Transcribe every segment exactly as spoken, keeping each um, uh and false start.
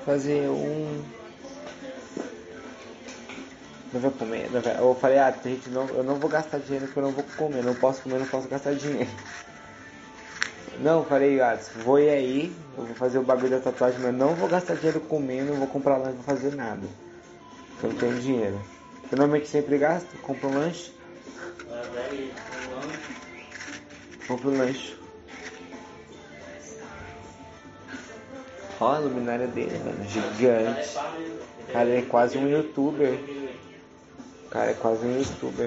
fazer um... Não vai comer, não vai... Eu falei, ah, gente, não, eu não vou gastar dinheiro porque eu não vou comer, não posso comer, não posso gastar dinheiro. Não, eu falei, ah, vou ir aí, eu vou fazer o bagulho da tatuagem, mas não vou gastar dinheiro comendo, não vou comprar lanche, não vou fazer nada. Eu não tenho dinheiro. Eu normalmente sempre gasto, compro um lanche. Compro um lanche. Olha a luminária dele, mano, gigante. Cara, ele é quase um youtuber. Cara, é quase um youtuber.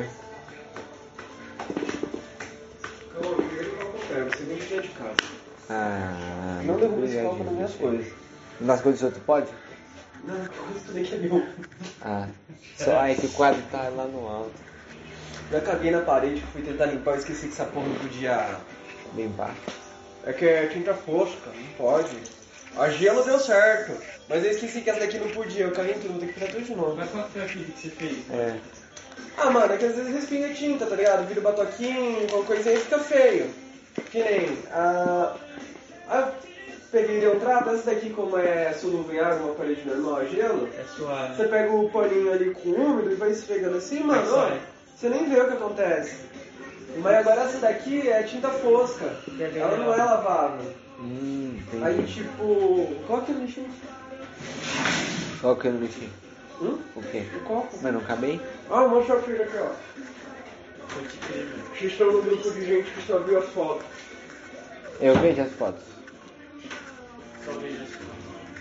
Você vem cheio de casa. Ah, não derruba esse copo nas minhas coisas. Nas coisas dos outros pode? Não, isso tudo aqui é meu. Ah, só aí que o quadro tá lá no alto. Já caguei na parede, fui tentar limpar, eu esqueci que essa porra não podia limpar. É que é tinta fosca, não pode. A gelo deu certo, mas eu esqueci que essa daqui não podia, eu caguei em tudo, vou ter que fazer tudo de novo. Mas qual foi aquilo que você fez? É. Ah, mano, é que às vezes respinga tinta, tá ligado? Vira batoquinho, qualquer coisa aí fica feio. Que nem a... a... Peguei de um trato, essa daqui como é solúvel em água, uma parede normal, gelo. É suave. Você pega o paninho ali com úmido e vai esfregando assim, mano, ó, você nem vê o que acontece. Mas agora essa daqui é tinta fosca, ela não é lavável. Hum, entendi. Aí tipo, qual que é o lixinho? Qual que é o lixinho? Hum? O quê? O copo. Mas não cabei? Ah, vou mostrar pra ele aqui, ó. Vocês estão no grupo de gente que só viu as fotos. Eu vejo as fotos. Só vejo as fotos.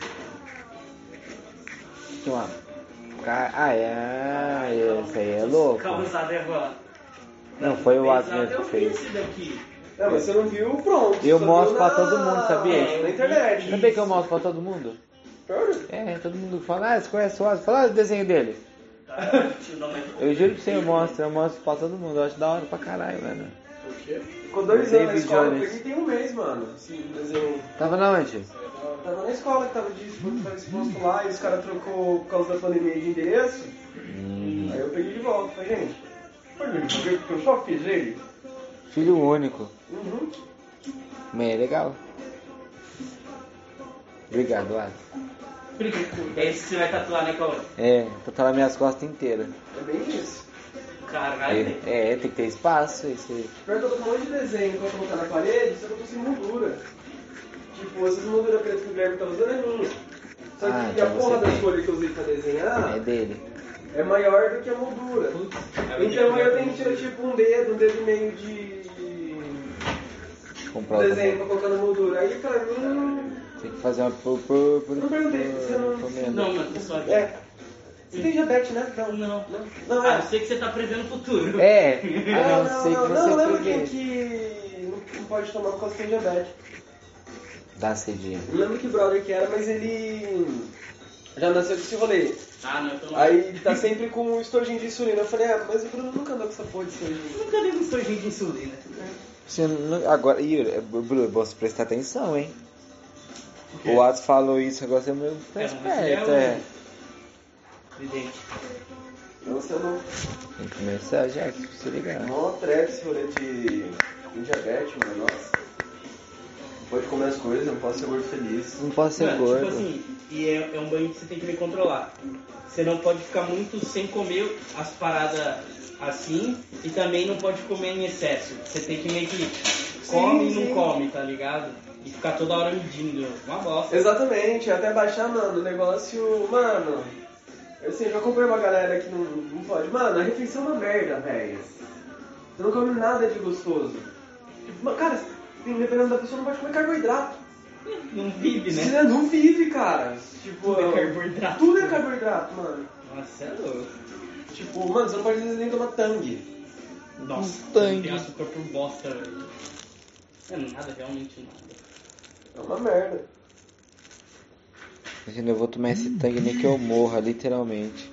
Tinha uma... Ah, é... Esse aí é louco. Causado é agora. Não, foi o Adriano que Eu fez. fiz esse daqui. Não, mas você não viu, pronto. Eu só mostro viu pra na... todo mundo, sabia? É, na internet. Sabia que eu mostro pra todo mundo? Sério? É, todo mundo fala, ah, você conhece o Ozzy? Fala o desenho dele. Eu juro pra você, eu mostro, eu mostro pra todo mundo. Eu acho da hora pra caralho, mano. Por quê? Ficou dois anos na David escola, Jones. porque tem um mês, mano. Sim, desenho. Tava na onde? Tava na escola que tava de exposto, tava exposto lá e os caras trocou por causa da pandemia de endereço. Hum. Aí eu peguei de volta, falei, gente, foi ele, porque eu só fiz ele. Filho único. Uhum. Mas é legal. Obrigado, Adi. Esse você vai tatuar, né, Cauã? É, tatuar nas minhas costas inteiras. É bem isso. Caralho. É, é, tem que ter espaço. Esse... Pior que eu tô com um monte de desenho pra colocar na parede, só que eu tô sem moldura. Tipo, essas molduras pretas que o Guilherme tá usando é minha. Só que Ah, a então porra você das tem. folhas que eu usei pra desenhar É dele. é maior do que a moldura. Então eu tenho que tirar tipo um dedo, um dedo e meio de Comprar outra desenho pra colocar na moldura. Aí pra mim. Tem que fazer uma por por por Não perguntei, você não- por menos. Não, mano, só aqui. É. Você tem diabetes, né? Não. Não. Não, não Ah, é. eu sei que você tá prevendo o futuro. É, Não, ah, eu não, sei não, que não, você lembra prevê. quem que não pode tomar por causa que tem diabetes. Dá cedinha. Não lembro que brother que era, mas ele já nasceu com esse rolê. Ah, não, então não. Aí ele tá sempre com um estojinho de insulina. Eu falei, ah, mas o Bruno nunca andou com essa porra de estojinho. Nunca dei um estojinho de insulina. Você não- agora, Yuri, Bruno, você prestar atenção, hein? O Atos falou isso, agora você é meu tá É, esperto, você é é. Evidente. Não, você não. Tem que começar já, se você ligar. Mó trap esse rolê de, de diabetes, mano. Nossa. Não pode comer as coisas, não pode ser gordo feliz. Não posso ser Mano, gordo. tipo assim, e é, é um banho que você tem que me controlar. Você não pode ficar muito sem comer as paradas assim e também não pode comer em excesso. Você tem que meio que come Sim, e não sim. come, tá ligado? E ficar toda hora medindo. Uma bosta. Exatamente, até baixar, mano, o negócio. Mano, assim, eu já acompanhei uma galera que não, não pode. Mano, a refeição é uma merda, velho. Você não come nada de gostoso. Tipo, mano, cara, dependendo da pessoa, não pode comer carboidrato. Não vive, né? Você não vive, cara. Tipo, Tudo é carboidrato. Tudo é carboidrato, mano. Nossa, é louco. Tipo, mano, você não pode às vezes nem tomar tangue. Nossa, Um tangue. tem açúcar por bosta, velho. É nada, realmente nada. É uma merda. Imagina, eu vou tomar esse tangue nem que eu morra, literalmente.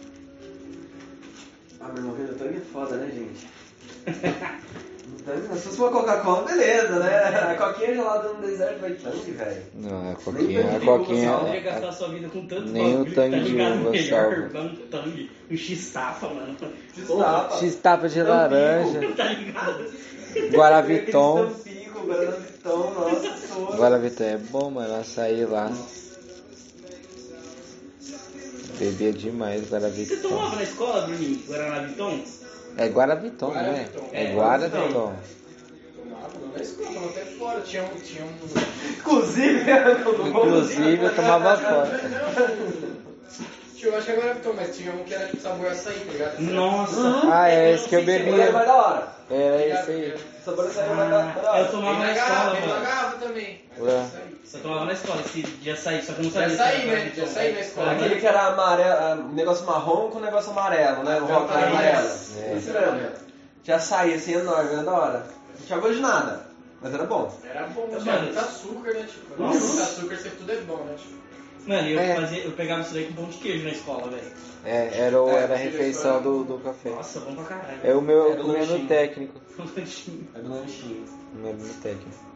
Ah, meu irmão, vendo tangue é foda, né, gente? Tangue, se fosse uma Coca-Cola, beleza, né? A coquinha gelada no deserto vai tangue, velho. Não, a Nem coquinha, a tangue de coquinha... Você poderia a- gastar a sua vida com tanto nem o bagulho, tangue tá de ligado? uva Melhor salva. um tangue, um X-tapa, mano. Destapa. X-tapa de laranja, Tá ligado? Guaraviton. Tampico, Guaraviton, nossa, soa. Guaraviton é bom, mano, açaí lá. Bebia demais Você Guaraviton. tomava na escola, Bruninho? Guaraná Viton? É Guaraviton, né? Guaraviton. É É, Guaraviton. Tomava, não na escola, tomava até fora. Tinha um. Tinha um... Inclusive, todo mundo. Inclusive eu tomava fora. Tinha, eu acho que agora é Viton, mas tinha um que era tipo sabor açaí, tá ligado? Nossa. Ah, é esse que eu Agora é mais bebia. da hora. Era esse aí. Sabor açaí é mais da mais da Ah, eu hora. tomava Tem na na escola, garrafa, tem na mano. garrafa também. Ué. Você tomava na escola esse de açaí, só que eu não De sabia. açaí, se era né? De açaí na escola. Aquele que era amarelo, ah, negócio marrom com negócio amarelo, né? O Ah, rótulo tá, amarelo. é. Isso mesmo. Já saía assim enorme, era da hora. Não tinha gosto de nada, mas era bom. Era bom, Mano. tinha muito açúcar, né? Tipo, Nossa. muito açúcar, sempre tudo é bom, né? Tipo, Mano, eu, É. fazia, eu pegava isso daí com pão de queijo na escola, velho. É, era, o- É, era a refeição do, do café. Nossa, bom pra caralho. É o meu Era o comendo lanchinho. técnico. Lanchinho. Era do lanchinho. Comendo no técnico.